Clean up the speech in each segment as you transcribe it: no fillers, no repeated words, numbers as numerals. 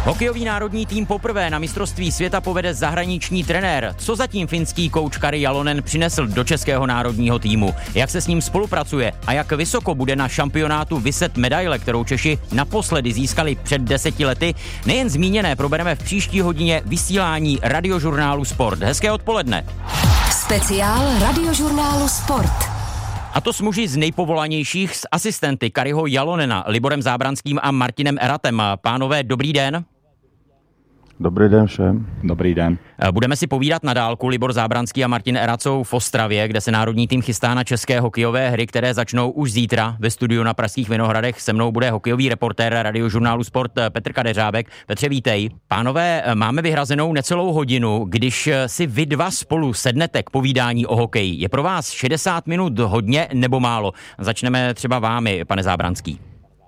Hokejový národní tým poprvé na mistrovství světa povede zahraniční trenér. Co zatím finský kouč Kari Jalonen přinesl do českého národního týmu? Jak se s ním spolupracuje? A jak vysoko bude na šampionátu viset medaile, kterou Češi naposledy získali před 10 lety? Nejen zmíněné probereme v příští hodině vysílání Radiožurnálu Sport. Hezké odpoledne. Speciál Radiožurnálu Sport. A to s muži z nejpovolanějších, s asistenty Kariho Jalonena, Liborem Zábranským a Martinem Eratem. Pánové, dobrý den. Dobrý den všem. Dobrý den. Budeme si povídat na dálku. Libor Zábranský a Martin Erat jsou v Ostravě, kde se národní tým chystá na české hokejové hry, které začnou už zítra. Ve studiu na Pražských Vinohradech se mnou bude hokejový reportér Radiožurnálu Sport Petr Kadeřábek. Petře, vítej. Pánové, máme vyhrazenou necelou hodinu. Když si vy dva spolu sednete k povídání o hokeji, je pro vás 60 minut hodně nebo málo? Začneme třeba vámi, pane Zábranský.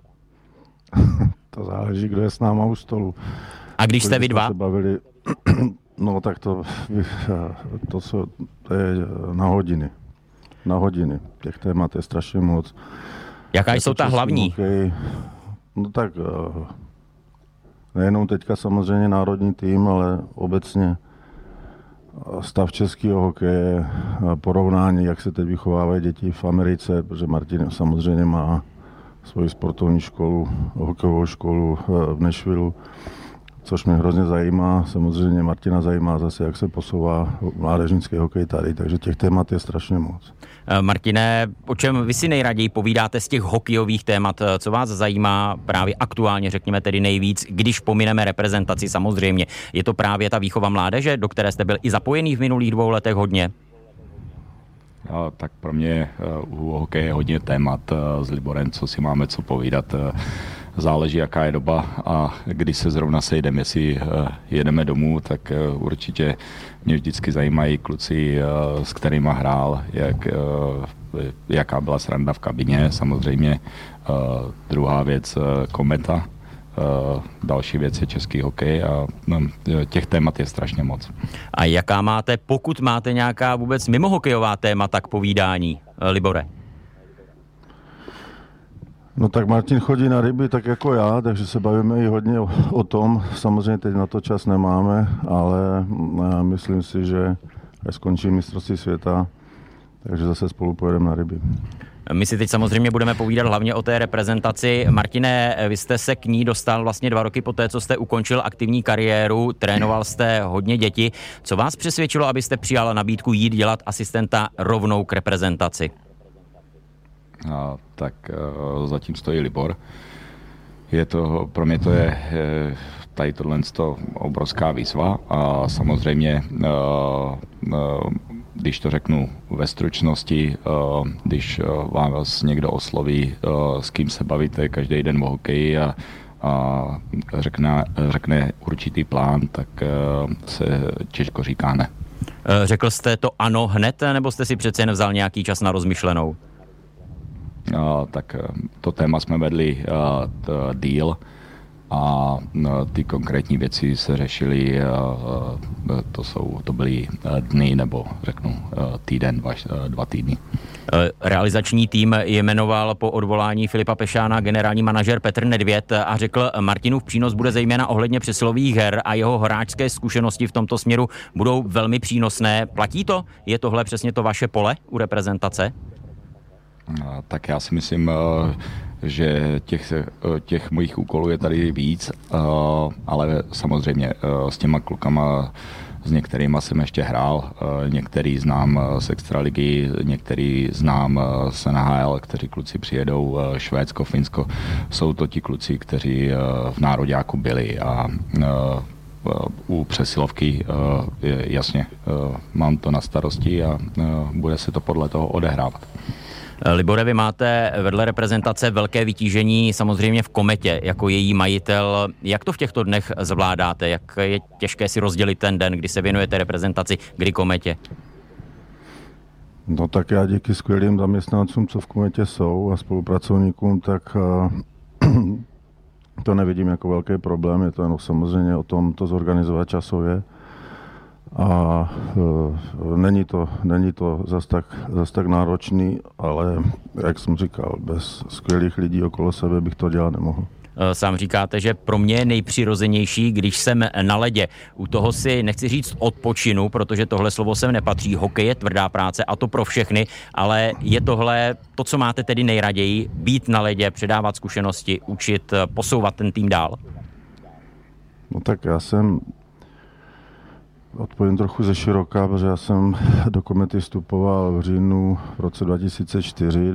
To záleží, kdo je s náma u stolu. A když jste vy dva? No tak to je na hodiny. Na hodiny. Těch témat je strašně moc. Jaká jsou ta hlavní? Hokej, no tak nejenom teďka samozřejmě národní tým, ale obecně stav českého hokeje, porovnání, jak se teď vychovávají děti v Americe, protože Martin samozřejmě má svoji sportovní školu, hokejovou školu v Nashvilleu, což mě hrozně zajímá. Samozřejmě Martina zajímá zase, jak se posouvá mládežnický hokej tady, takže těch témat je strašně moc. Martine, o čem vy si nejraději povídáte z těch hokejových témat? Co vás zajímá právě aktuálně, řekněme tedy nejvíc, když pomineme reprezentaci samozřejmě? Je to právě ta výchova mládeže, do které jste byl i zapojený v minulých 2 letech hodně? Tak pro mě u hokeje je hodně témat s Liborem, co si máme co povídat. Záleží, jaká je doba a když se zrovna sejdeme, jestli jedeme domů, tak určitě mě vždycky zajímají kluci, s kterýma hrál, jaká byla sranda v kabině, samozřejmě. Druhá věc kometa, další věc je český hokej a těch témat je strašně moc. A jaká máte, pokud máte nějaká vůbec mimohokejová témata k povídání, Libore? No tak Martin chodí na ryby tak jako já, takže se bavíme i hodně o tom. Samozřejmě teď na to čas nemáme, ale myslím si, že až skončí mistrovství světa, takže zase spolu pojedeme na ryby. My si teď samozřejmě budeme povídat hlavně o té reprezentaci. Martine, vy jste se k ní dostal vlastně 2 roky poté, co jste ukončil aktivní kariéru, trénoval jste hodně děti. Co vás přesvědčilo, abyste přijal nabídku jít dělat asistenta rovnou k reprezentaci? Tak zatím stojí Libor. Pro mě to je tady tohle obrovská výzva a samozřejmě, když to řeknu ve stručnosti, když vás někdo osloví, s kým se bavíte každý den o hokeji a řekne určitý plán, tak se těžko říká ne. Řekl jste to ano hned, nebo jste si přece jen vzal nějaký čas na rozmyšlenou? Tak to téma jsme vedli díl a ty konkrétní věci se řešily, to byly dny nebo řeknu týden, 2 týdny. Realizační tým jmenoval po odvolání Filipa Pešána generální manažer Petr Nedvěd a řekl, Martinův přínos bude zejména ohledně přesilových her a jeho hráčské zkušenosti v tomto směru budou velmi přínosné. Platí to? Je tohle přesně to vaše pole u reprezentace? Tak já si myslím, že těch mojich úkolů je tady víc, ale samozřejmě s těma klukama, s některýma jsem ještě hrál, některý znám z extraligy, některý znám z NHL, kteří kluci přijedou, Švédsko, Finsko, jsou to ti kluci, kteří v nároďáku byli a u přesilovky jasně mám to na starosti a bude se to podle toho odehrávat. Libore, vy máte vedle reprezentace velké vytížení samozřejmě v Kometě jako její majitel. Jak to v těchto dnech zvládáte? Jak je těžké si rozdělit ten den, kdy se věnujete reprezentaci, kdy Kometě? No tak já díky skvělým zaměstnancům, co v Kometě jsou a spolupracovníkům, tak to nevidím jako velký problém. Je to jenom samozřejmě o tom to zorganizovat časově. A není to zas tak náročný, ale jak jsem říkal, bez skvělých lidí okolo sebe bych to dělat nemohl. Sám říkáte, že pro mě je nejpřirozenější, když jsem na ledě. U toho si nechci říct odpočinu, protože tohle slovo sem nepatří. Hokej je tvrdá práce a to pro všechny, ale je tohle to, co máte tedy nejraději, být na ledě, předávat zkušenosti, učit, posouvat ten tým dál? No tak já jsem odpovím trochu ze široka, protože já jsem do Komety vstupoval v říjnu v roce 2004,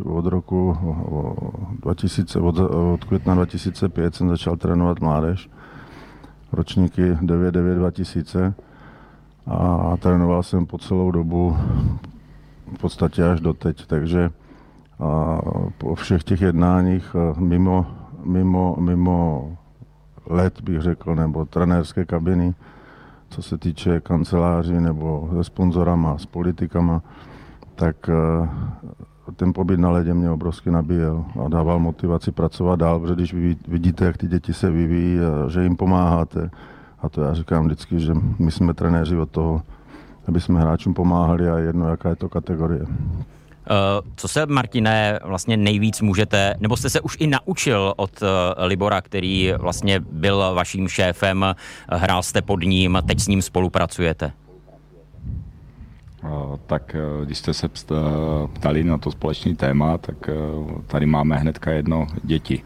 od května 2005 jsem začal trénovat mládež, ročníky 99-2000 a trénoval jsem po celou dobu, v podstatě až doteď, takže po všech těch jednáních mimo let, bych řekl, nebo trenérské kabiny, co se týče kanceláří nebo se sponzorama, s politikama, tak ten pobyt na ledě mě obrovsky nabíjel a dával motivaci pracovat dál, protože když vidíte, jak ty děti se vyvíjí, že jim pomáháte, a to já říkám vždycky, že my jsme trenéři od toho, aby jsme hráčům pomáhali a jedno, jaká je to kategorie. Co se, Martine, vlastně nejvíc můžete, nebo jste se už i naučil od Libora, který vlastně byl vaším šéfem, hrál jste pod ním, teď s ním spolupracujete? Tak když jste se ptali na to společný téma, tak tady máme hnedka jedno, děti.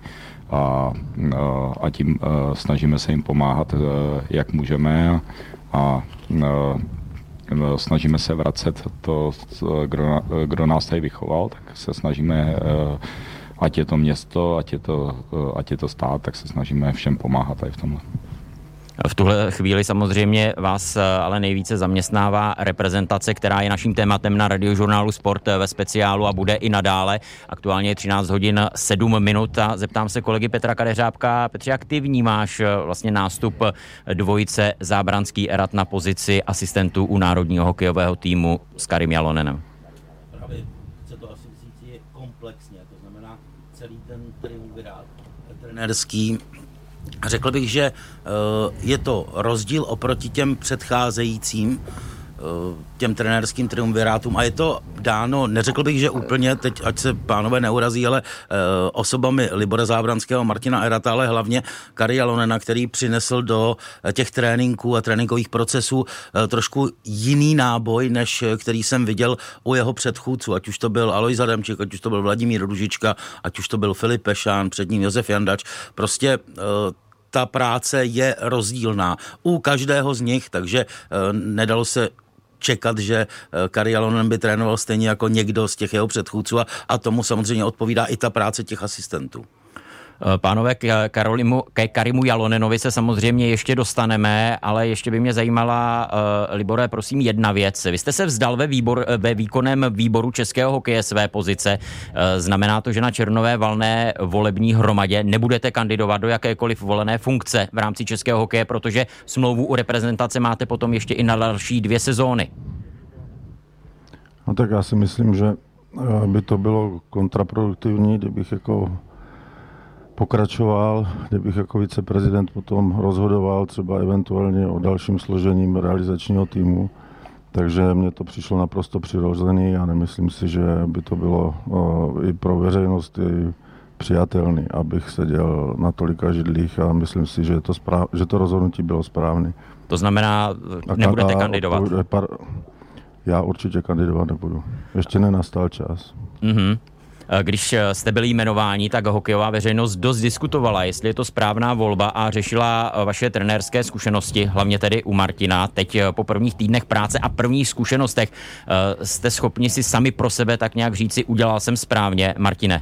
A tím snažíme se jim pomáhat, jak můžeme a snažíme se vracet to, kdo nás tady vychoval, tak se snažíme, ať je to město, ať je to stát, tak se snažíme všem pomáhat tady v tomhle. V tuhle chvíli samozřejmě vás ale nejvíce zaměstnává reprezentace, která je naším tématem na Radiožurnálu Sport ve speciálu a bude i nadále. Aktuálně je 13 hodin 7 minut a zeptám se kolegy Petra Kadeřábka. Petře, jak ty vnímáš vlastně nástup dvojice Zábranský Erat na pozici asistentů u národního hokejového týmu s Karim Jalonenem? Právě se to asi říct je komplexně, to znamená celý ten triumvirát trenérský. Řekl bych, že je to rozdíl oproti těm předcházejícím, těm trenérským triumvirátům a je to dáno, neřekl bych, že úplně, teď ať se pánové neurazí, ale osobami Libora Zábranského, Martina Erata, ale hlavně Kari Jalonena, který přinesl do těch tréninků a tréninkových procesů trošku jiný náboj, než který jsem viděl u jeho předchůdců, ať už to byl Alojz Adamčík, ať už to byl Vladimír Růžička, ať už to byl Filip Pešán, před ním Josef Jandač, prostě ta práce je rozdílná u každého z nich, takže nedalo se čekat, že Kari Jalonen by trénoval stejně jako někdo z těch jeho předchůdců a tomu samozřejmě odpovídá i ta práce těch asistentů. Pánové, ke Karimu Jalonenovi se samozřejmě ještě dostaneme, ale ještě by mě zajímala, Libore, prosím, jedna věc. Vy jste se vzdal ve výkonném výboru českého hokeje své pozice. Znamená to, že na červnové valné volební hromadě nebudete kandidovat do jakékoliv volené funkce v rámci českého hokeje, protože smlouvu u reprezentace máte potom ještě i na další 2 sezóny. No tak já si myslím, že by to bylo kontraproduktivní, kdybych jako pokračoval, kdybych jako viceprezident potom rozhodoval třeba eventuálně o dalším složením realizačního týmu. Takže mně to přišlo naprosto přirozený a nemyslím si, že by to bylo i pro veřejnost i přijatelný, abych seděl na tolika židlích a myslím si, že to rozhodnutí bylo správné. To znamená, nebudete kandidovat? Já určitě kandidovat nebudu. Ještě nenastal čas. Mhm. Když jste byli jmenováni, tak hokejová veřejnost dost diskutovala, jestli je to správná volba a řešila vaše trenérské zkušenosti, hlavně tedy u Martina. Teď po prvních týdnech práce a prvních zkušenostech jste schopni si sami pro sebe tak nějak říci, udělal jsem správně, Martine?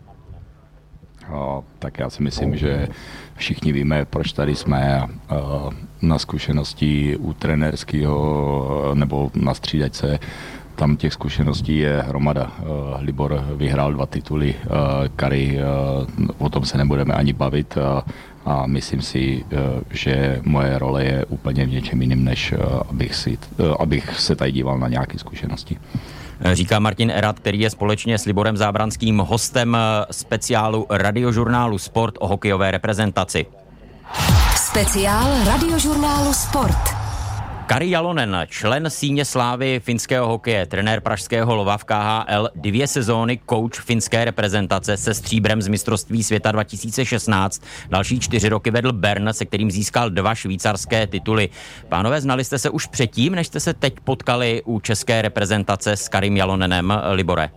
Tak já si myslím, že všichni víme, proč tady jsme na zkušenosti u trenérského nebo na střídačce. Tam těch zkušeností je hromada. Libor vyhrál 2 tituly, Kari, o tom se nebudeme ani bavit a myslím si, že moje role je úplně v něčem jiným, než abych se tady díval na nějaké zkušenosti. Říká Martin Erat, který je společně s Liborem Zábranským hostem speciálu Radiožurnálu Sport o hokejové reprezentaci. Speciál Radiožurnálu Sport. Kari Jalonen, člen síně slávy finského hokeje, trenér pražského Lova v KHL, 2 sezóny coach finské reprezentace se stříbrem z mistrovství světa 2016. Další 4 roky vedl Bern, se kterým získal 2 švýcarské tituly. Pánové, znali jste se už předtím, než jste se teď potkali u české reprezentace s Karim Jalonenem, Libore?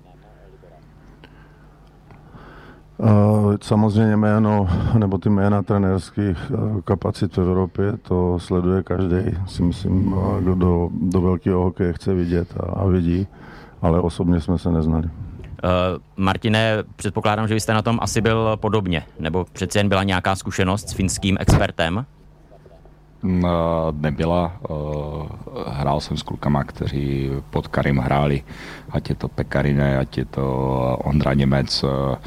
Samozřejmě jméno, nebo ty jména trenérských kapacit v Evropě, to sleduje každý, si myslím, kdo do velkého hokeje chce vidět a vidí, ale osobně jsme se neznali. Martine, předpokládám, že jste na tom asi byl podobně, nebo přece jen byla nějaká zkušenost s finským expertem? Nebyla. Hrál jsem s klukama, kteří pod Karim hráli, ať je to Pekarine, ať je to Ondra Němec.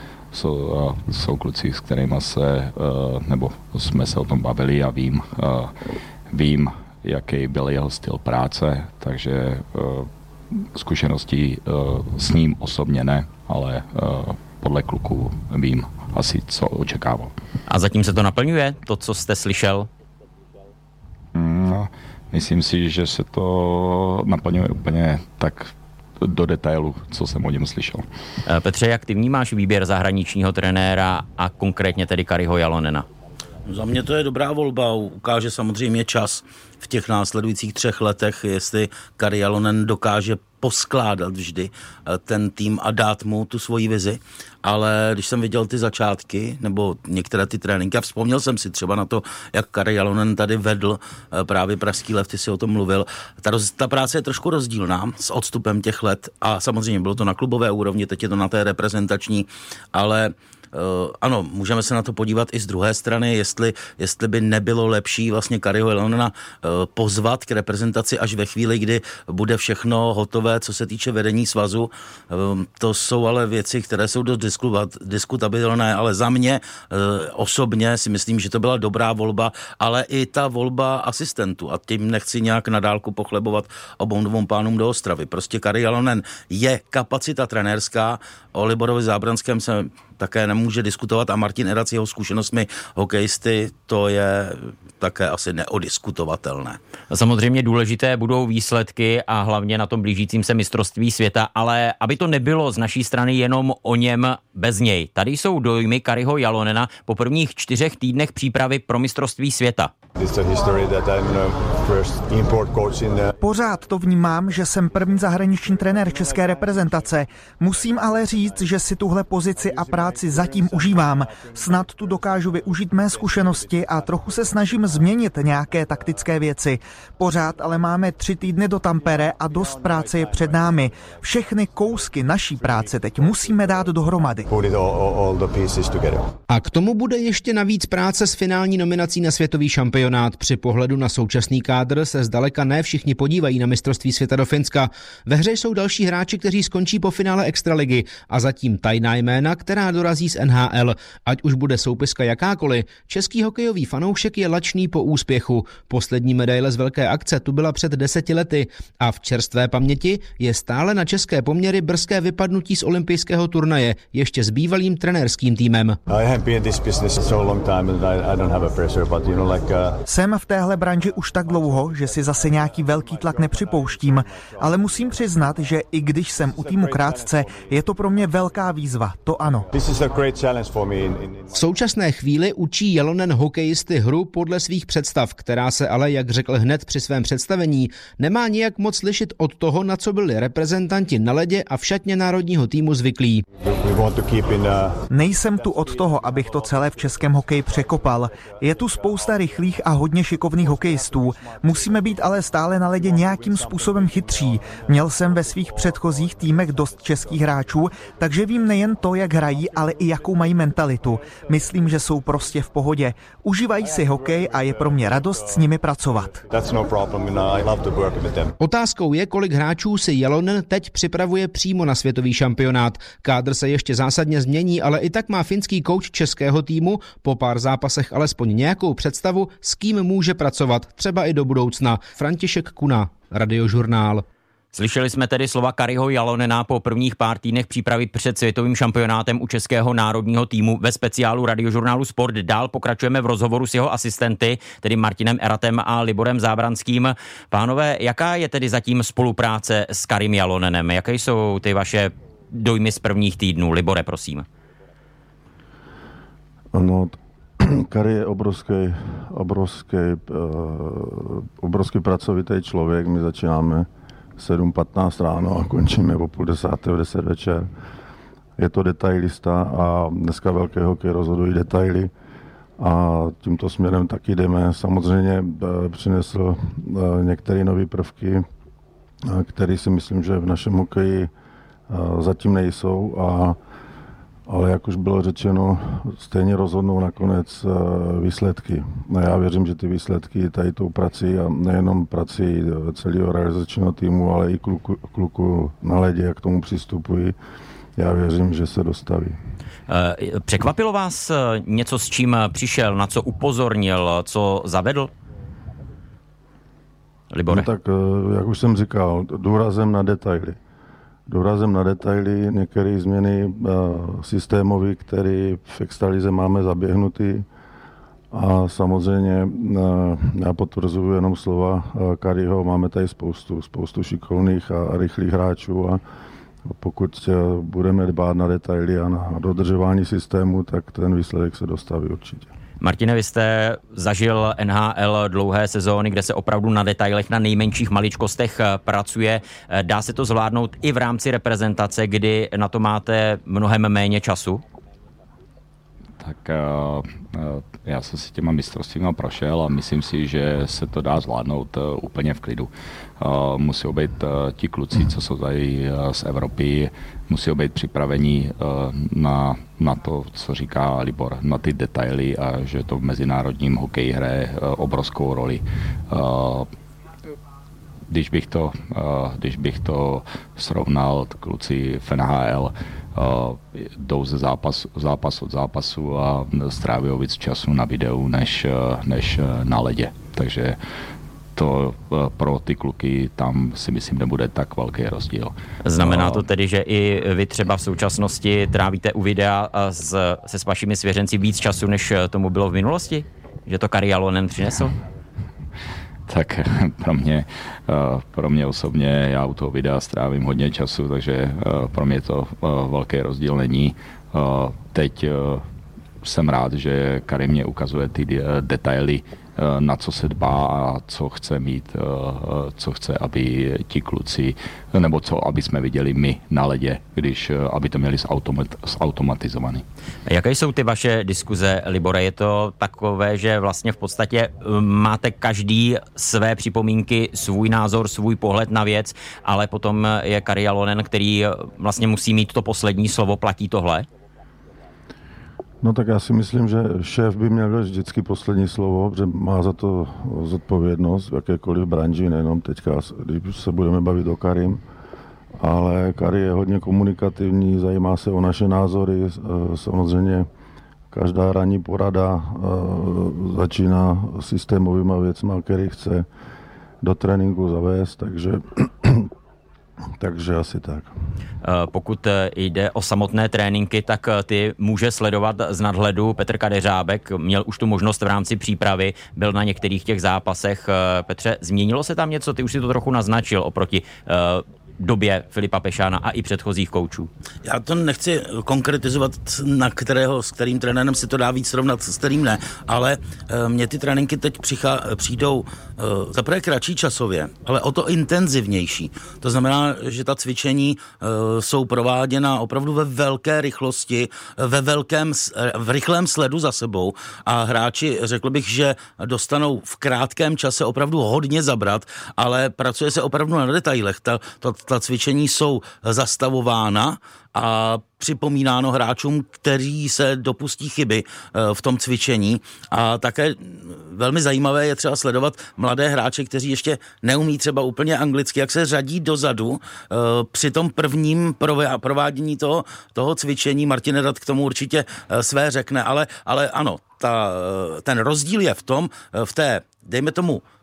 Jsou kluci, s kterými jsme se o tom bavili a vím, jaký byl jeho styl práce, takže zkušenosti s ním osobně ne, ale podle kluků vím asi, co očekával. A zatím se to naplňuje, to, co jste slyšel? No, myslím si, že se to naplňuje úplně tak do detailu, co jsem o něm slyšel. Petře, jak ty vnímáš výběr zahraničního trenéra a konkrétně tedy Kariho Jalonena? Za mě to je dobrá volba, ukáže samozřejmě čas v těch následujících 3 letech, jestli Kari Jalonen dokáže poskládat vždy ten tým a dát mu tu svoji vizi, ale když jsem viděl ty začátky, nebo některé ty tréninky a vzpomněl jsem si třeba na to, jak Kari Jalonen tady vedl právě Pražský Lev, ty si o tom mluvil, ta práce je trošku rozdílná s odstupem těch let a samozřejmě bylo to na klubové úrovni, teď je to na té reprezentační, ale ano, můžeme se na to podívat i z druhé strany, jestli by nebylo lepší vlastně Kariho Jalonena pozvat k reprezentaci až ve chvíli, kdy bude všechno hotové, co se týče vedení svazu. To jsou ale věci, které jsou dost diskutabilné, ale za mě osobně si myslím, že to byla dobrá volba, ale i ta volba asistentů a tím nechci nějak na dálku pochlebovat obou dvou pánům do Ostravy. Prostě Kari Jalonen je kapacita trenérská, o Liborovi Zábranském se také nemůže diskutovat a Martin Erac jeho zkušenostmi hokejisty, to je také asi neodiskutovatelné. Samozřejmě důležité budou výsledky a hlavně na tom blížícím se mistrovství světa, ale aby to nebylo z naší strany jenom o něm bez něj. Tady jsou dojmy Kariho Jalonena po prvních 4 týdnech přípravy pro mistrovství světa. Pořád to vnímám, že jsem první zahraniční trenér české reprezentace. Musím ale říct, že si tuhle pozici a práci zatím užívám. Snad tu dokážu využít mé zkušenosti a trochu se snažím změnit nějaké taktické věci. Pořád ale máme 3 týdny do Tampere a dost práce je před námi. Všechny kousky naší práce teď musíme dát dohromady. A k tomu bude ještě navíc práce s finální nominací na světový šampionát. Při pohledu na současný kádr se zdaleka ne všichni podívají na mistrovství světa do Finska. Ve hře jsou další hráči, kteří skončí po finále extraligy a zatím tajná jména, která dorazí z NHL. Ať už bude soupiska jakákoliv, český hokejový fanoušek je lačný po úspěchu. Poslední medaile z velké akce tu byla před 10 lety a v čerstvé paměti je stále na české poměry brzké vypadnutí z olympijského turnaje ještě s bývalým trenérským týmem. Jsem v téhle branži už tak dlouho, že si zase nějaký velký tlak nepřipouštím, ale musím přiznat, že i když jsem u týmu krátce, je to pro mě velká výzva, to ano. V současné chvíli učí Jalonen hokejisty hru podle svých představ, která se ale, jak řekl hned při svém představení, nemá nijak moc lišit od toho, na co byli reprezentanti na ledě a v šatně národního týmu zvyklí. Nejsem tu od toho, abych to celé v českém hokeji překopal. Je tu spousta rychlých a hodně šikovných hokejistů. Musíme být ale stále na ledě nějakým způsobem chytří. Měl jsem ve svých předchozích týmech dost českých hráčů, takže vím nejen to, jak hrají, ale i jakou mají mentalitu. Myslím, že jsou prostě v pohodě. Užívají si hokej a je pro mě radost s nimi pracovat. Otázkou je, kolik hráčů si Jalonen teď připravuje přímo na světový šampionát. Kádr se ještě zásadně změní, ale i tak má finský kouč českého týmu po pár zápasech alespoň nějakou představu, s kým může pracovat, třeba i do budoucna. František Kuna, Radiožurnál. Slyšeli jsme tedy slova Kariho Jalonena po prvních pár týdnech přípravy před světovým šampionátem u českého národního týmu ve speciálu Radiožurnálu Sport. Dál pokračujeme v rozhovoru s jeho asistenty, tedy Martinem Eratem a Liborem Zábranským. Pánové, jaká je tedy zatím spolupráce s Karim Jalonenem? Jaké jsou ty vaše dojmy z prvních týdnů? Libore, prosím. No, Kari je obrovský pracovitý člověk. My začínáme 7:15 ráno a končíme o 9:30 v 10 večer. Je to detailista a dneska velký hokej rozhodují detaily a tímto směrem taky jdeme. Samozřejmě přinesl některé nové prvky, které si myslím, že v našem hokeji zatím nejsou, ale jak už bylo řečeno, stejně rozhodnou nakonec výsledky. No já věřím, že ty výsledky tady tou prací a nejenom prací celého realizačního týmu, ale i kluku na ledě, jak k tomu přistupují, já věřím, že se dostaví. Překvapilo vás něco, s čím přišel, na co upozornil, co zavedl? Libore? No tak, jak už jsem říkal, důrazem na detaily, některé změny systémové, které v extralize máme zaběhnutý. A samozřejmě já potvrzuji jenom slova Kariho, máme tady spoustu šikovných a rychlých hráčů a pokud budeme dbát na detaily a na dodržování systému, tak ten výsledek se dostaví určitě. Martine, vy jste zažil NHL dlouhé sezóny, kde se opravdu na detailech, na nejmenších maličkostech pracuje. Dá se to zvládnout i v rámci reprezentace, kdy na to máte mnohem méně času? Tak já jsem si těma mistrovstvíma prošel a myslím si, že se to dá zvládnout úplně v klidu. Musí být ti kluci, co jsou tady z Evropy, musí být připraveni na to, co říká Libor, na ty detaily a že to v mezinárodním hokeji hraje obrovskou roli. Když bych to srovnal, kluci v NHL jdou ze zápas od zápasu a stráví víc času na videu než na ledě. Takže to pro ty kluky tam si myslím nebude tak velký rozdíl. Znamená to tedy, že i vy třeba v současnosti trávíte u videa se s vašimi svěřenci víc času, než tomu bylo v minulosti? Že to Kari Jalonen přinesl? Tak pro mě osobně, já u toho videa strávím hodně času, takže pro mě to velký rozdíl není. Teď jsem rád, že Karim mě ukazuje ty detaily, na co se dbá a co chce mít, co chce, aby ti kluci, nebo co, aby jsme viděli my na ledě, aby to měli zautomatizovaný. Jaké jsou ty vaše diskuze, Libore? Je to takové, že vlastně v podstatě máte každý své připomínky, svůj názor, svůj pohled na věc, ale potom je Kari Jalonen, který vlastně musí mít to poslední slovo, platí tohle? No tak já si myslím, že šéf by měl vždycky poslední slovo, protože má za to zodpovědnost v jakékoliv branži, nejenom teďka, když se budeme bavit o Karim, ale Kari je hodně komunikativní, zajímá se o naše názory, samozřejmě každá ranní porada začíná systémovýma věcma, který chce do tréninku zavést, takže asi tak. Pokud jde o samotné tréninky, tak ty může sledovat z nadhledu Petr Kadeřábek. Měl už tu možnost v rámci přípravy, byl na některých těch zápasech. Petře, změnilo se tam něco? Ty už si to trochu naznačil oproti době Filipa Pešána a i předchozích koučů. Já to nechci konkretizovat, s kterým trenérem si to dá víc srovnat, s kterým ne, ale mně ty tréninky teď přijdou zaprvé kratší časově, ale o to intenzivnější. To znamená, že ta cvičení jsou prováděna opravdu ve velké rychlosti, v rychlém sledu za sebou a hráči, řekl bych, že dostanou v krátkém čase opravdu hodně zabrat, ale pracuje se opravdu na detailech. Ta cvičení jsou zastavována a připomínáno hráčům, kteří se dopustí chyby v tom cvičení. A také velmi zajímavé je třeba sledovat mladé hráče, kteří ještě neumí třeba úplně anglicky, jak se řadí dozadu při tom prvním provádění toho cvičení. Martin Erat k tomu určitě své řekne, ale ano, ten rozdíl je v tom, v té, dejme tomu,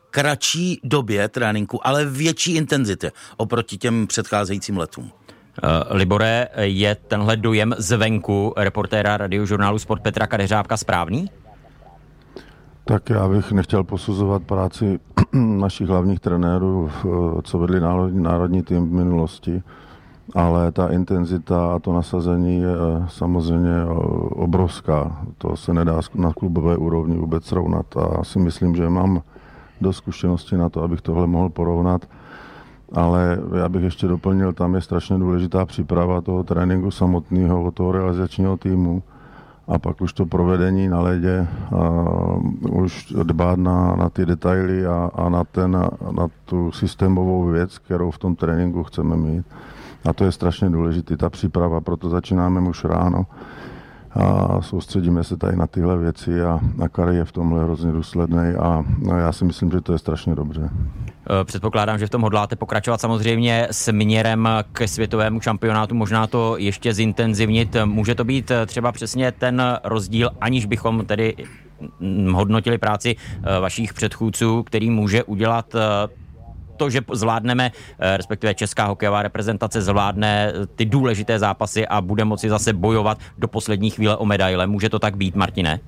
kratší době tréninku, ale větší intenzitě oproti těm předcházejícím letům. Libore, je tenhle dojem zvenku reportéra Radiožurnálu Sport Petra Kadeřábka správný? Tak já bych nechtěl posuzovat práci našich hlavních trenérů, co vedli národní tým v minulosti, ale ta intenzita a to nasazení je samozřejmě obrovská. To se nedá na klubové úrovni vůbec srovnat a si myslím, že mám dost zkušeností na to, abych tohle mohl porovnat. Ale já bych ještě doplnil, tam je strašně důležitá příprava toho tréninku samotného, toho realizačního týmu. A pak už to provedení na ledě, už dbát na ty detaily a na tu systémovou věc, kterou v tom tréninku chceme mít. A to je strašně důležité, ta příprava, proto začínáme už ráno a soustředíme se tady na tyhle věci a Kari je v tomhle hrozně důsledný a já si myslím, že to je strašně dobře. Předpokládám, že v tom hodláte pokračovat samozřejmě směrem k světovému šampionátu, možná to ještě zintenzivnit. Může to být třeba přesně ten rozdíl, aniž bychom tedy hodnotili práci vašich předchůdců, který může udělat to, že zvládneme, respektive česká hokejová reprezentace zvládne ty důležité zápasy a bude moci zase bojovat do poslední chvíle o medaile. Může to tak být, Martine?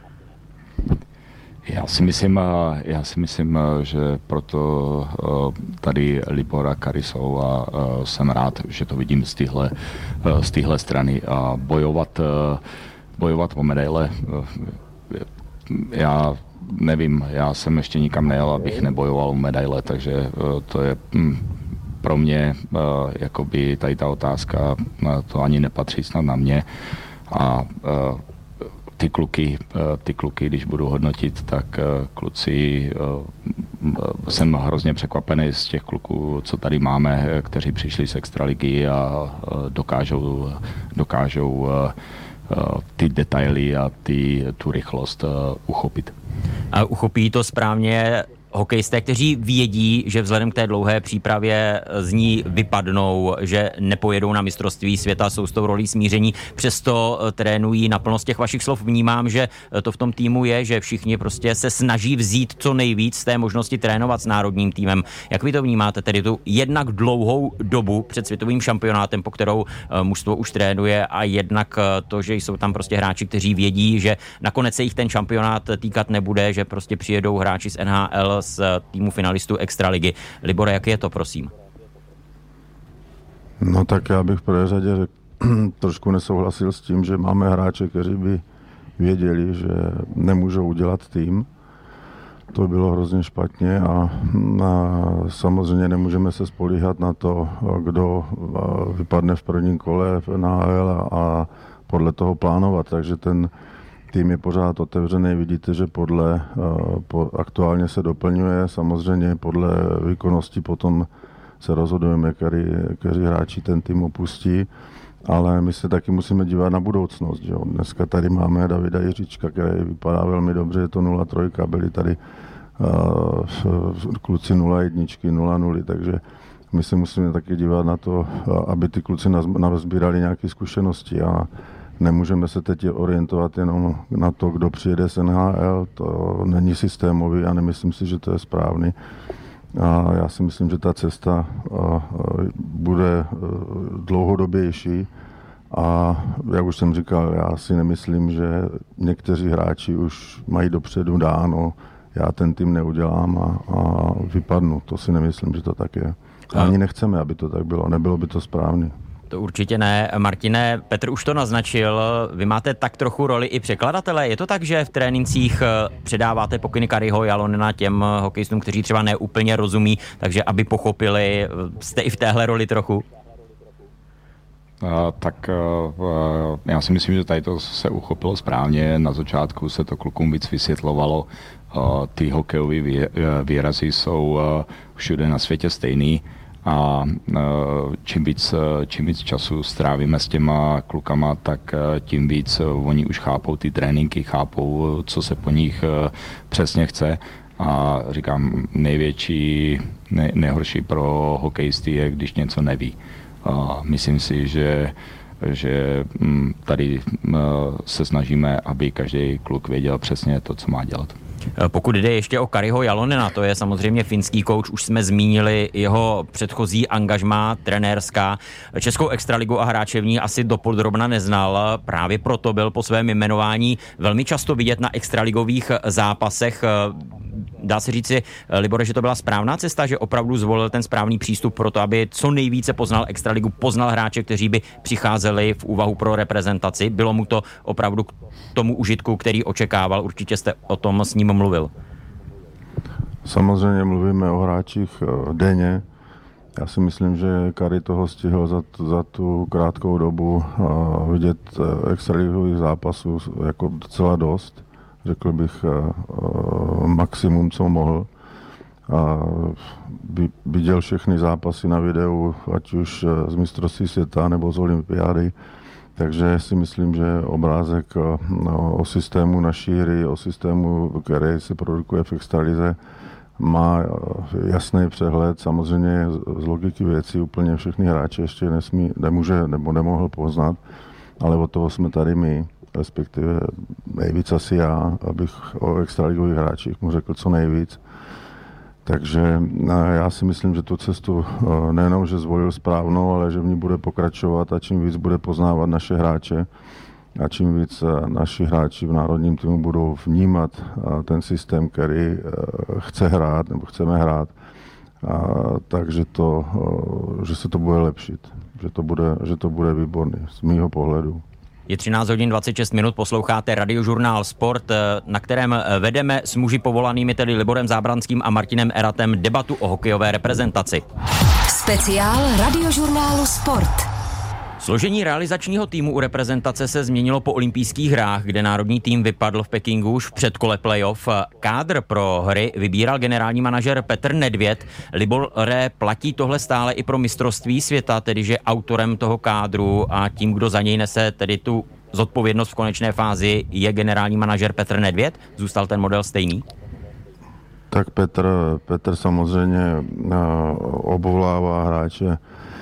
Já si myslím, že proto tady Libor a Kari jsou a jsem rád, že to vidím z téhle strany a bojovat o medaile. Já nevím, já jsem ještě nikam nejel, abych nebojoval o medaile, takže to je pro mě jakoby tady ta otázka, to ani nepatří snad na mě a ty kluky, když budu hodnotit, tak kluci, jsem hrozně překvapený z těch kluků, co tady máme, kteří přišli z extraligy a dokážou ty detaily a tu rychlost uchopit. A uchopí to správně hokejisté, kteří vědí, že vzhledem k té dlouhé přípravě z ní vypadnou, že nepojedou na mistrovství světa, jsou s tou rolí smíření, přesto trénují naplno. Z těch vašich slov vnímám, že to v tom týmu je, že všichni prostě se snaží vzít co nejvíc z té možnosti trénovat s národním týmem. Jak vy to vnímáte, tedy tu jednak dlouhou dobu před světovým šampionátem, po kterou mužstvo už trénuje, a jednak to, že jsou tam prostě hráči, kteří vědí, že nakonec se jich ten šampionát týkat nebude, že prostě přijedou hráči z NHL, z týmu finalistů extraligy. Libore, jak je to, prosím? No tak já bych v prvé řadě trošku nesouhlasil s tím, že máme hráče, kteří by věděli, že nemůžou udělat tým. To bylo hrozně špatně a samozřejmě nemůžeme se spolíhat na to, kdo vypadne v prvním kole v NHL a podle toho plánovat. Takže ten tým je pořád otevřený, vidíte, že aktuálně se doplňuje, samozřejmě podle výkonnosti potom se rozhodujeme, kteří hráči ten tým opustí, ale my se taky musíme dívat na budoucnost. Že? Dneska tady máme Davida Jiříčka, který vypadá velmi dobře, je to 0-3, byli tady kluci 0-1, 0-0, takže my se musíme taky dívat na to, aby ty kluci nazbírali nějaké zkušenosti a nemůžeme se teď orientovat jenom na to, kdo přijede z NHL, to není systémový a nemyslím si, že to je správný. A já si myslím, že ta cesta bude dlouhodobější a jak už jsem říkal, já si nemyslím, že někteří hráči už mají dopředu dáno, já ten tým neudělám a vypadnu. To si nemyslím, že to tak je. Ani nechceme, aby to tak bylo, nebylo by to správně. To určitě ne. Martine, Petr už to naznačil, vy máte tak trochu roli i překladatele. Je to tak, že v trénincích předáváte pokyny Kariho Jalonena těm hokejistům, kteří třeba neúplně rozumí, takže aby pochopili, jste i v téhle roli trochu? Tak já si myslím, že tady to se uchopilo správně. Na začátku se to klukům víc vysvětlovalo. Ty hokejové výrazy jsou všude na světě stejný. A čím víc času strávíme s těma klukama, tak tím víc oni už chápou ty tréninky, chápou, co se po nich přesně chce. A říkám, nejhorší pro hokejisty je, když něco neví. A myslím si, že tady se snažíme, aby každý kluk věděl přesně to, co má dělat. Pokud jde ještě o Kariho Jalonena, to je samozřejmě finský kouč, už jsme zmínili jeho předchozí angažmá trenérská. Českou extraligu a hráče v ní asi dopodrobna neznal, právě proto byl po svém jmenování velmi často vidět na extraligových zápasech. Dá se říci, Libore, že to byla správná cesta, že opravdu zvolil ten správný přístup pro to, aby co nejvíce poznal extraligu, poznal hráče, kteří by přicházeli v úvahu pro reprezentaci. Bylo mu to opravdu k tomu užitku, který očekával? Určitě jste o tom s ním mluvil. Samozřejmě mluvíme o hráčích denně. Já si myslím, že Kari toho stihl za tu krátkou dobu vidět extraligových zápasů jako docela dost. Řekl bych maximum, co mohl. Viděl všechny zápasy na videu, ať už z mistrovství světa nebo z olympiády. Takže si myslím, že obrázek o systému naší hry, o systému, který se produkuje v extralize, má jasný přehled. Samozřejmě z logiky věcí úplně všechny hráče ještě nemůže nebo nemohl poznat, ale od toho jsme tady my, respektive nejvíc asi já, abych o extraligových hráčích mu řekl co nejvíc. Takže já si myslím, že tu cestu nejenom, že zvolil správnou, ale že v ní bude pokračovat a čím víc bude poznávat naše hráče a čím víc naši hráči v národním týmu budou vnímat ten systém, který chce hrát nebo chceme hrát, takže že se to bude lepšit, že to bude výborný z mýho pohledu. Je 13 hodin 26 minut, posloucháte Radiožurnál Sport, na kterém vedeme s muži povolanými, tedy Liborem Zábranským a Martinem Eratem, debatu o hokejové reprezentaci. Speciál Radiožurnálu Sport. Složení realizačního týmu u reprezentace se změnilo po olympijských hrách, kde národní tým vypadl v Pekingu už v předkole playoff. Kádr pro hry vybíral generální manažer Petr Nedvěd. Libore, platí tohle stále i pro mistrovství světa, tedy že autorem toho kádru a tím, kdo za něj nese tedy tu zodpovědnost v konečné fázi, je generální manažer Petr Nedvěd? Zůstal ten model stejný? Tak Petr samozřejmě obvolává hráče.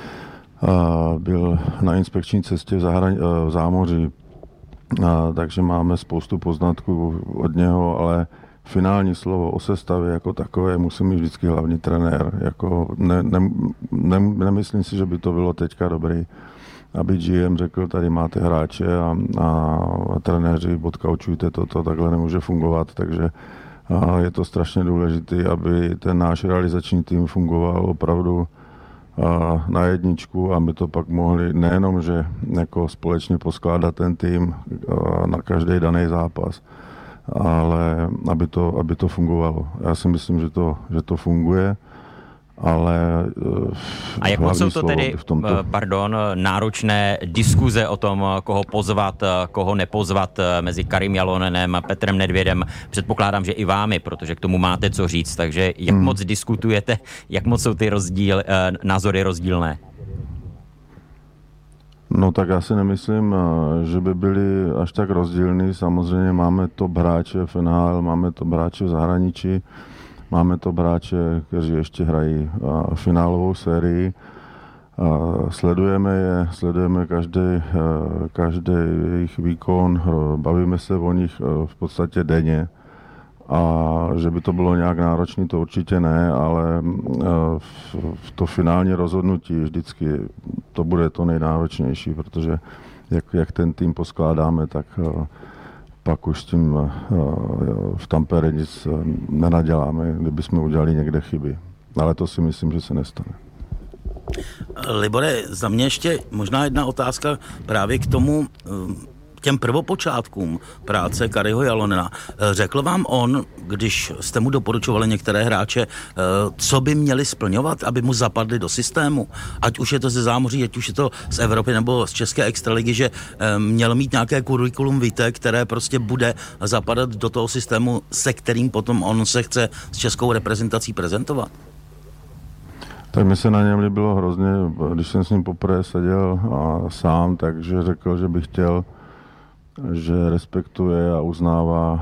Byl na inspekční cestě v zámoří, takže máme spoustu poznatků od něho, ale finální slovo o sestavě jako takové musí mít vždycky hlavní trenér. Jako nemyslím si, že by to bylo teďka dobrý, aby GM řekl, tady máte hráče a trenéři odkaučujte to takhle nemůže fungovat, takže je to strašně důležité, aby ten náš realizační tým fungoval opravdu na jedničku a my to pak mohli nejenom, že jako společně poskládat ten tým na každý daný zápas, ale aby to fungovalo. Já si myslím, že to funguje, ale a jak moc jsou to tedy, náročné diskuze o tom, koho pozvat, koho nepozvat mezi Karim Jalonenem a Petrem Nedvědem? Předpokládám, že i vámi, protože k tomu máte co říct, takže jak moc diskutujete, jak moc jsou ty názory rozdílné? No tak já si nemyslím, že by byly až tak rozdílný. Samozřejmě máme top hráče v NHL, máme top hráče v zahraničí, máme to hráče, kteří ještě hrají finálovou sérii. Sledujeme každý jejich výkon, bavíme se o nich v podstatě denně. A že by to bylo nějak náročné, to určitě ne, ale v to finální rozhodnutí vždycky to bude to nejnáročnější, protože jak ten tým poskládáme, tak pak už s tím v Tampere nic nenaděláme, kdybychom udělali někde chyby. Ale to si myslím, že se nestane. Libore, za mě ještě možná jedna otázka právě k tomu, těm prvopočátkům práce Kariho Jalonena. Řekl vám on, když jste mu doporučovali některé hráče, co by měli splňovat, aby mu zapadli do systému? Ať už je to ze zámoří, ať už je to z Evropy nebo z České extraligy, že měl mít nějaké kurikulum vitae, které prostě bude zapadat do toho systému, se kterým potom on se chce s českou reprezentací prezentovat? Tak mi se na něm líbilo hrozně, když jsem s ním poprvé seděl sám, takže řekl, že by chtěl, že respektuje a uznává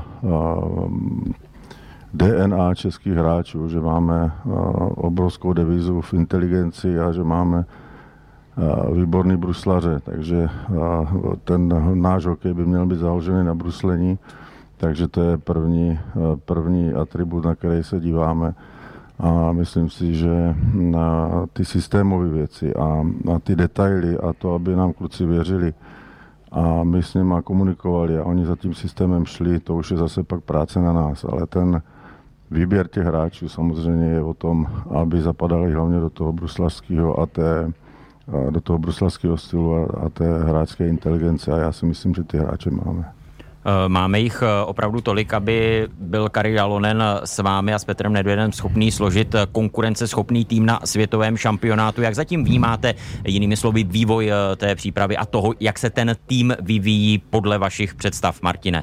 DNA českých hráčů, že máme obrovskou devízu v inteligenci a že máme výborný bruslaře, takže ten náš hokej by měl být založený na bruslení, Takže to je první atribut, na který se díváme. A myslím si, že na ty systémové věci a na ty detaily a to, aby nám kluci věřili a my s nimi komunikovali a oni za tím systémem šli, to už je zase pak práce na nás. Ale ten výběr těch hráčů samozřejmě je o tom, aby zapadali hlavně do toho bruslařského do toho bruslařského stylu a té hráčské inteligence a já si myslím, že ty hráče máme. Máme jich opravdu tolik, aby byl Kari Jalonen s vámi a s Petrem Nedvědem schopný složit konkurenceschopný tým na světovém šampionátu. Jak zatím vnímáte, jinými slovy, vývoj té přípravy a toho, jak se ten tým vyvíjí podle vašich představ, Martine?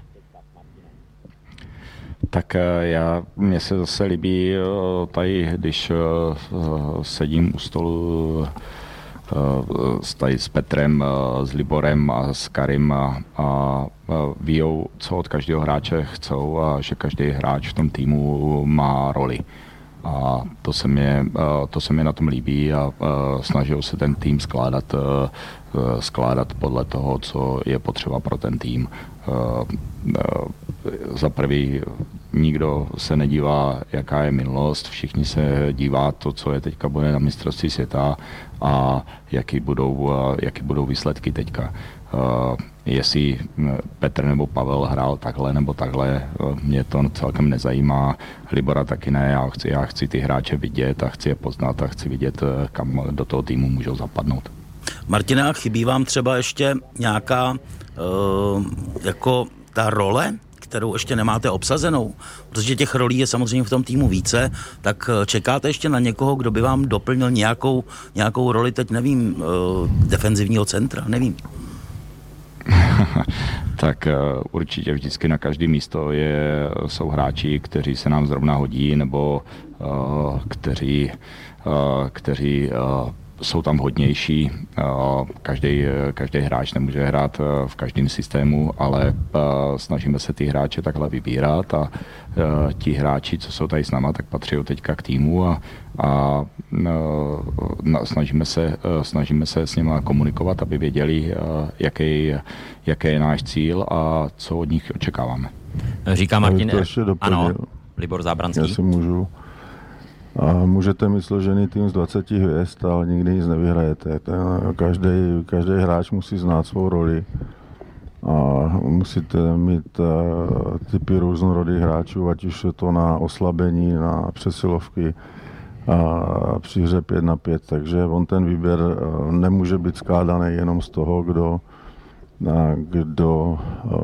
Tak mně se zase líbí tady, když sedím u stolu tady s Petrem, s Liborem a s Karim a víjou, co od každého hráče chcou a že každý hráč v tom týmu má roli. A to se mi na tom líbí a snažil se ten tým skládat podle toho, co je potřeba pro ten tým. Za prvý nikdo se nedívá, jaká je minulost, všichni se dívá to, co je teďka bude na mistrovství světa a jaký budou výsledky teďka. Jestli Petr nebo Pavel hrál takhle nebo takhle, mě to celkem nezajímá. Libora taky ne, já chci ty hráče vidět a chci je poznat a chci vidět, kam do toho týmu můžou zapadnout. Martina, chybí vám třeba ještě nějaká jako ta role, kterou ještě nemáte obsazenou? Protože těch rolí je samozřejmě v tom týmu více, tak čekáte ještě na někoho, kdo by vám doplnil nějakou roli, teď nevím, defenzivního centra, nevím. Tak určitě vždycky na každé místo jsou hráči, kteří se nám zrovna hodí, nebo kteří jsou tam hodnější. Každý hráč nemůže hrát v každém systému, ale snažíme se ty hráče takhle vybírat a ti hráči, co jsou tady s náma, tak patří teďka k týmu a snažíme se s nimi komunikovat, aby věděli, jaký je náš cíl a co od nich očekáváme. Říká Martin. Ano, Libor Zábranský. Já si můžu. A můžete mít složený tým z 20 hvězd, ale nikdy nic nevyhrajete. Každý hráč musí znát svou roli a musíte mít typy různorodých hráčů, ať už je to na oslabení, na přesilovky a při hře 5-5. Takže on ten výběr nemůže být skládaný jenom z toho, kdo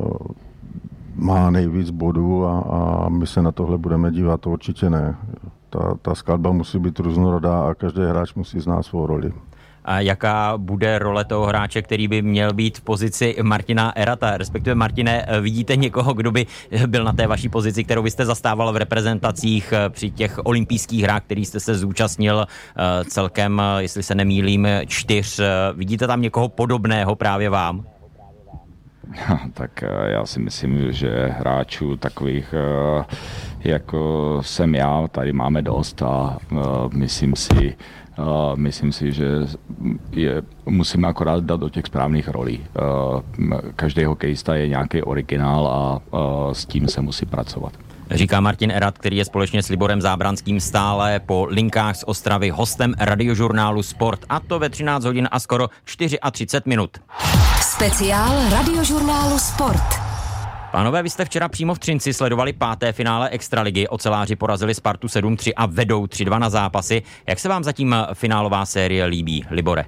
má nejvíc bodů a my se na tohle budeme dívat, to určitě ne. Ta skladba musí být různorodá a každý hráč musí znát svou roli. A jaká bude role toho hráče, který by měl být v pozici Martina Erata? Respektive, Martine, vidíte někoho, kdo by byl na té vaší pozici, kterou byste zastával v reprezentacích při těch olympijských hrách, který jste se zúčastnil celkem, jestli se nemýlím, 4. Vidíte tam někoho podobného právě vám? Tak já si myslím, že hráčů takových, jako jsem já, tady máme dost a myslím si, že musíme akorát dát do těch správných rolí. Každý hokejista je nějaký originál a s tím se musí pracovat. Říká Martin Erat, který je společně s Liborem Zábranským stále po linkách z Ostravy hostem radiožurnálu Sport. A to ve 13 hodin a skoro 34 minut. Speciál radiožurnálu Sport. Pánové, vy jste včera přímo v Třinci sledovali 5. finále Extraligy. Oceláři porazili Spartu 7-3 a vedou 3-2 na zápasy. Jak se vám zatím finálová série líbí, Libore?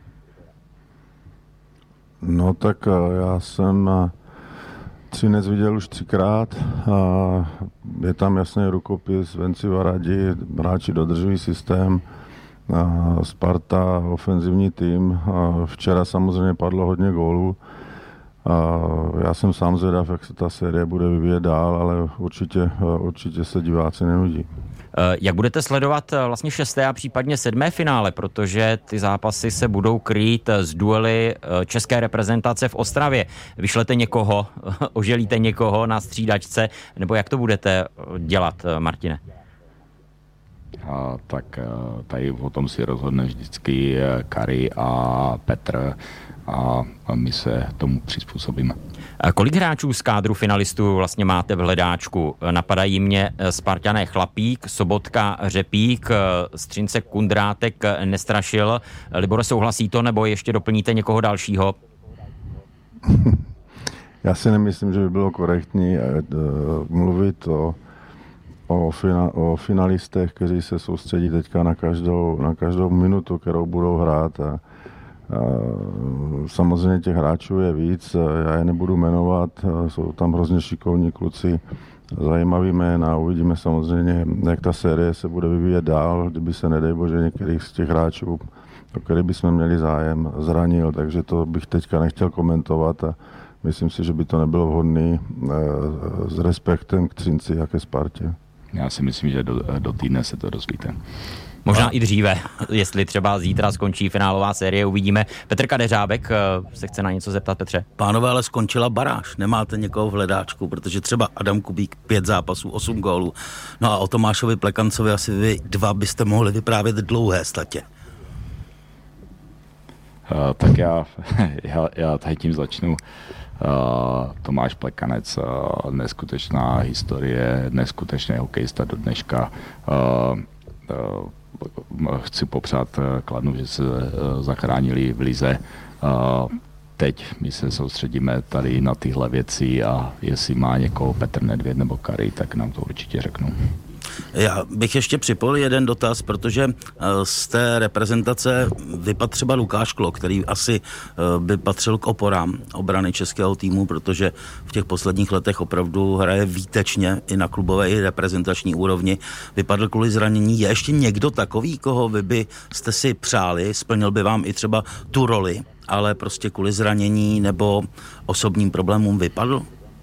No tak já jsem Třinec viděl už 3krát. Je tam jasný rukopis, venci varadi, hráči dodržují systém. Sparta, ofenzivní tým. Včera samozřejmě padlo hodně gólů. Já jsem sám zvědav, jak se ta série bude vyvíjet dál, ale určitě se diváci nenudí. Jak budete sledovat vlastně 6. a případně 7. finále, protože ty zápasy se budou krýt z duely české reprezentace v Ostravě. Vyšlete někoho, oželíte někoho na střídačce, nebo jak to budete dělat, Martine? tak tady o tom si rozhodne vždycky Kari a Petr a my se tomu přizpůsobíme. Kolik hráčů z kádru finalistů vlastně máte v hledáčku? Napadají mě Spartané Chlapík, Sobotka, Řepík, Střince, Kundrátek, Nestrašil. Libore, souhlasí to, nebo ještě doplníte někoho dalšího? Já si nemyslím, že by bylo korektní mluvit o finalistech, kteří se soustředí teďka na každou minutu, kterou budou hrát. A samozřejmě těch hráčů je víc, já je nebudu jmenovat, jsou tam hrozně šikovní kluci, zajímavý jména, uvidíme samozřejmě, jak ta série se bude vyvíjet dál, kdyby se, nedej bože, některých z těch hráčů, o kterých bychom měli zájem, zranil, takže to bych teďka nechtěl komentovat a myslím si, že by to nebylo vhodné s respektem k Třinci a ke Spartě. Já si myslím, že do týdne se to dozvíte. Možná i dříve, jestli třeba zítra skončí finálová série, uvidíme. Petr Kadeřábek se chce na něco zeptat, Petře. Pánové, ale skončila baráž. Nemáte někoho v hledáčku, protože třeba Adam Kubík 5 zápasů, 8 gólů. No a o Tomášovi Plekancovi asi vy 2 byste mohli vyprávět dlouhé statě. Tak já tady tím začnu. Tomáš Plekanec, neskutečná historie, neskutečný hokejista do dneška. Chci popřát Kladnu, že se zachránili v lize. Teď my se soustředíme tady na tyhle věci a jestli má někoho Petr Nedvěd nebo Kari, tak nám to určitě řeknu. Já bych ještě připojil jeden dotaz, protože z té reprezentace vypadl třeba Lukáš Klok, který asi by patřil k oporám obrany českého týmu, protože v těch posledních letech opravdu hraje výtečně i na klubové i reprezentační úrovni. Vypadl kvůli zranění. Je ještě někdo takový, koho vy byste si přáli, splnil by vám i třeba tu roli, ale prostě kvůli zranění nebo osobním problémům vypadl?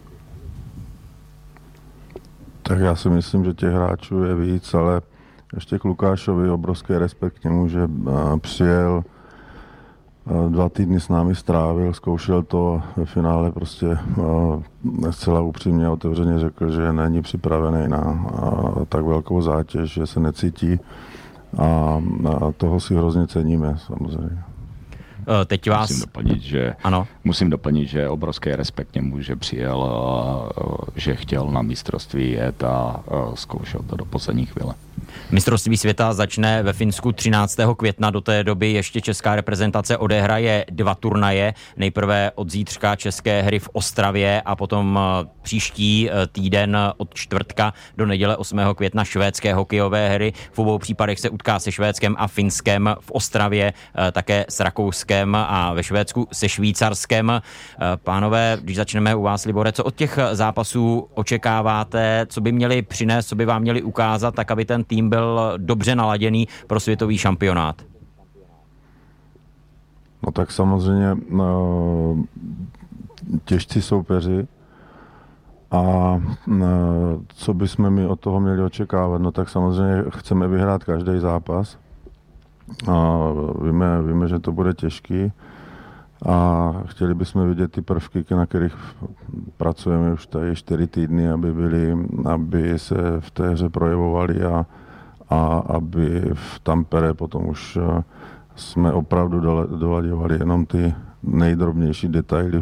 Tak já si myslím, že těch hráčů je víc, ale ještě k Lukášovi obrovský respekt k němu, že přijel, 2 týdny s námi strávil, zkoušel to, ve finále prostě zcela upřímně a otevřeně řekl, že není připravený na tak velkou zátěž, že se necítí a toho si hrozně ceníme samozřejmě. Teď vás... Musím doplnit, že obrovský respekt němu, že přijel, že chtěl na mistrovství jet a zkoušel to do poslední chvíle. Mistrovství světa začne ve Finsku 13. května, do té doby ještě česká reprezentace odehraje 2 turnaje, nejprve od zítřka české hry v Ostravě a potom příští týden od čtvrtka do neděle 8. května švédské hokejové hry. V obou případech se utká se Švédskem a Finskem, v Ostravě také s Rakouskem a ve Švédsku se Švýcarskem. Pánové, když začneme u vás, Libore, co od těch zápasů očekáváte, co by měli přinést, co by vám měli ukázat, tak aby ten tým byl dobře naladěný pro světový šampionát? No tak samozřejmě těžcí soupeři a co bychom my od toho měli očekávat? No tak samozřejmě chceme vyhrát každý zápas. A víme, že to bude těžký a chtěli bychom vidět ty prvky, na kterých pracujeme už tady 4 týdny, aby se v té hře projevovali a aby v Tampere potom už jsme opravdu dolaďovali jenom ty nejdrobnější detaily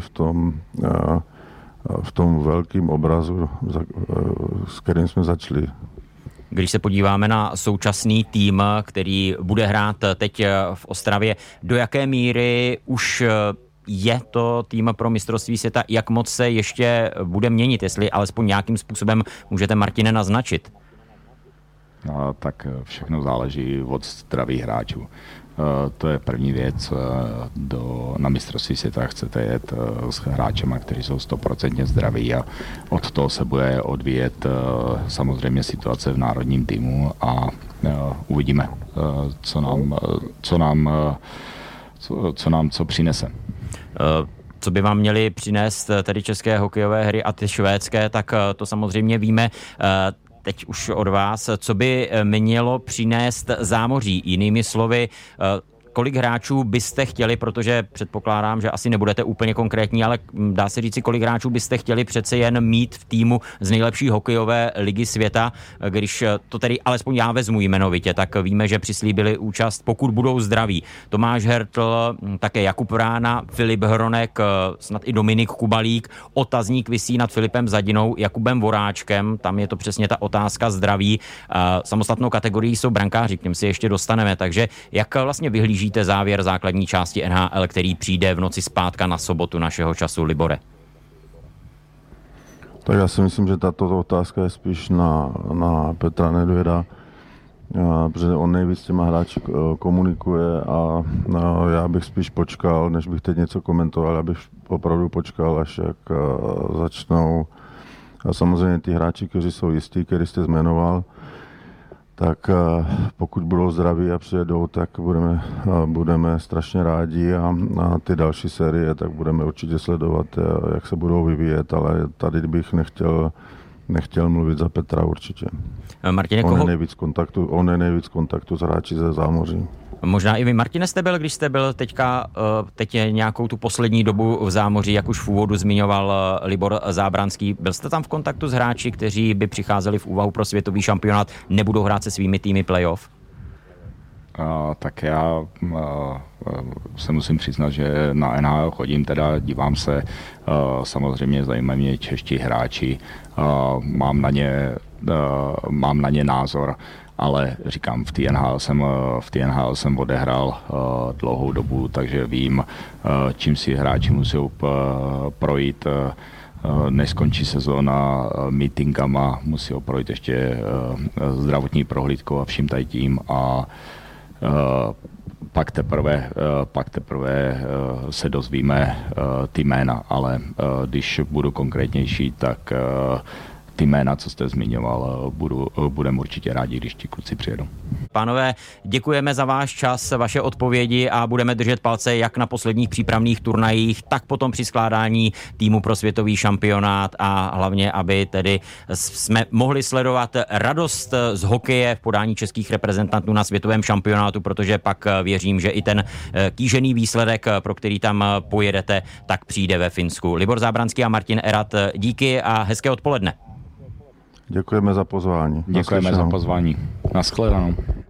v tom velkém obrazu, s kterým jsme začali. Když se podíváme na současný tým, který bude hrát teď v Ostravě, do jaké míry už je to tým pro mistrovství světa, jak moc se ještě bude měnit, jestli alespoň nějakým způsobem můžete, Martine, naznačit? No, tak všechno záleží od zdraví hráčů. To je první věc. Na mistrovství světa chcete jet s hráčema, kteří jsou 100% zdraví a od toho se bude odvíjet samozřejmě situace v národním týmu a uvidíme, co přinese. Co by vám měli přinést tedy české hokejové hry a ty švédské, tak to samozřejmě víme. Teď už od vás, co by mělo přinést zámoří. Jinými slovy, kolik hráčů byste chtěli, protože předpokládám, že asi nebudete úplně konkrétní, ale dá se říci, kolik hráčů byste chtěli přece jen mít v týmu z nejlepší hokejové ligy světa, když to tedy alespoň já vezmu jmenovitě, tak víme, že přislíbili účast, pokud budou zdraví. Tomáš Hertl, také Jakub Vrána, Filip Hronek, snad i Dominik Kubalík. Otazník visí nad Filipem Zadinou, Jakubem Voráčkem, tam je to přesně ta otázka zdraví. Samostatnou kategorií jsou brankáři, k těm si ještě dostaneme, takže jak vlastně vyhlížíte závěr základní části NHL, který přijde v noci zpátka na sobotu našeho času, Libore? Tak já si myslím, že tato otázka je spíš na Petra Nedvěda, protože on nejvíc s těma hráči komunikuje a já bych spíš počkal, než bych teď něco komentoval, já bych opravdu počkal, až jak začnou. A samozřejmě ty hráči, kteří jsou jistí, který jste jmenoval, tak pokud budou zdraví a přijedou, tak budeme strašně rádi a ty další série, tak budeme určitě sledovat, jak se budou vyvíjet, ale tady bych nechtěl mluvit za Petra určitě. Martine, on je nejvíc kontaktu s hráči ze zámoří. Možná i vy, Martine, jste byl, když jste byl teď nějakou tu poslední dobu v zámoří, jak už v úvodu zmiňoval Libor Zábranský. Byl jste tam v kontaktu s hráči, kteří by přicházeli v úvahu pro světový šampionát, nebudou hrát se svými týmy playoff? Tak já se musím přiznat, že na NHL chodím, teda dívám se, samozřejmě zajímají mě čeští hráči, mám na ně názor, ale říkám, v TNHL jsem odehrál dlouhou dobu, takže vím, čím si hráči musí projít, než skončí sezóna meetingama, musí projít ještě zdravotní prohlídkou a vším tady tím a pak teprve se dozvíme ty jména, ale když budu konkrétnější, tak ty jména, co jste zmiňoval, budeme určitě rádi, když ti kluci přijedou. Pánové, děkujeme za váš čas, vaše odpovědi a budeme držet palce jak na posledních přípravných turnajích, tak potom při skládání týmu pro světový šampionát a hlavně, aby tedy jsme mohli sledovat radost z hokeje v podání českých reprezentantů na světovém šampionátu, protože pak věřím, že i ten kýžený výsledek, pro který tam pojedete, tak přijde ve Finsku. Libor Zábranský a Martin Erat, díky a hezké odpoledne. Děkujeme za pozvání. Děkujeme za pozvání. Nashledanou.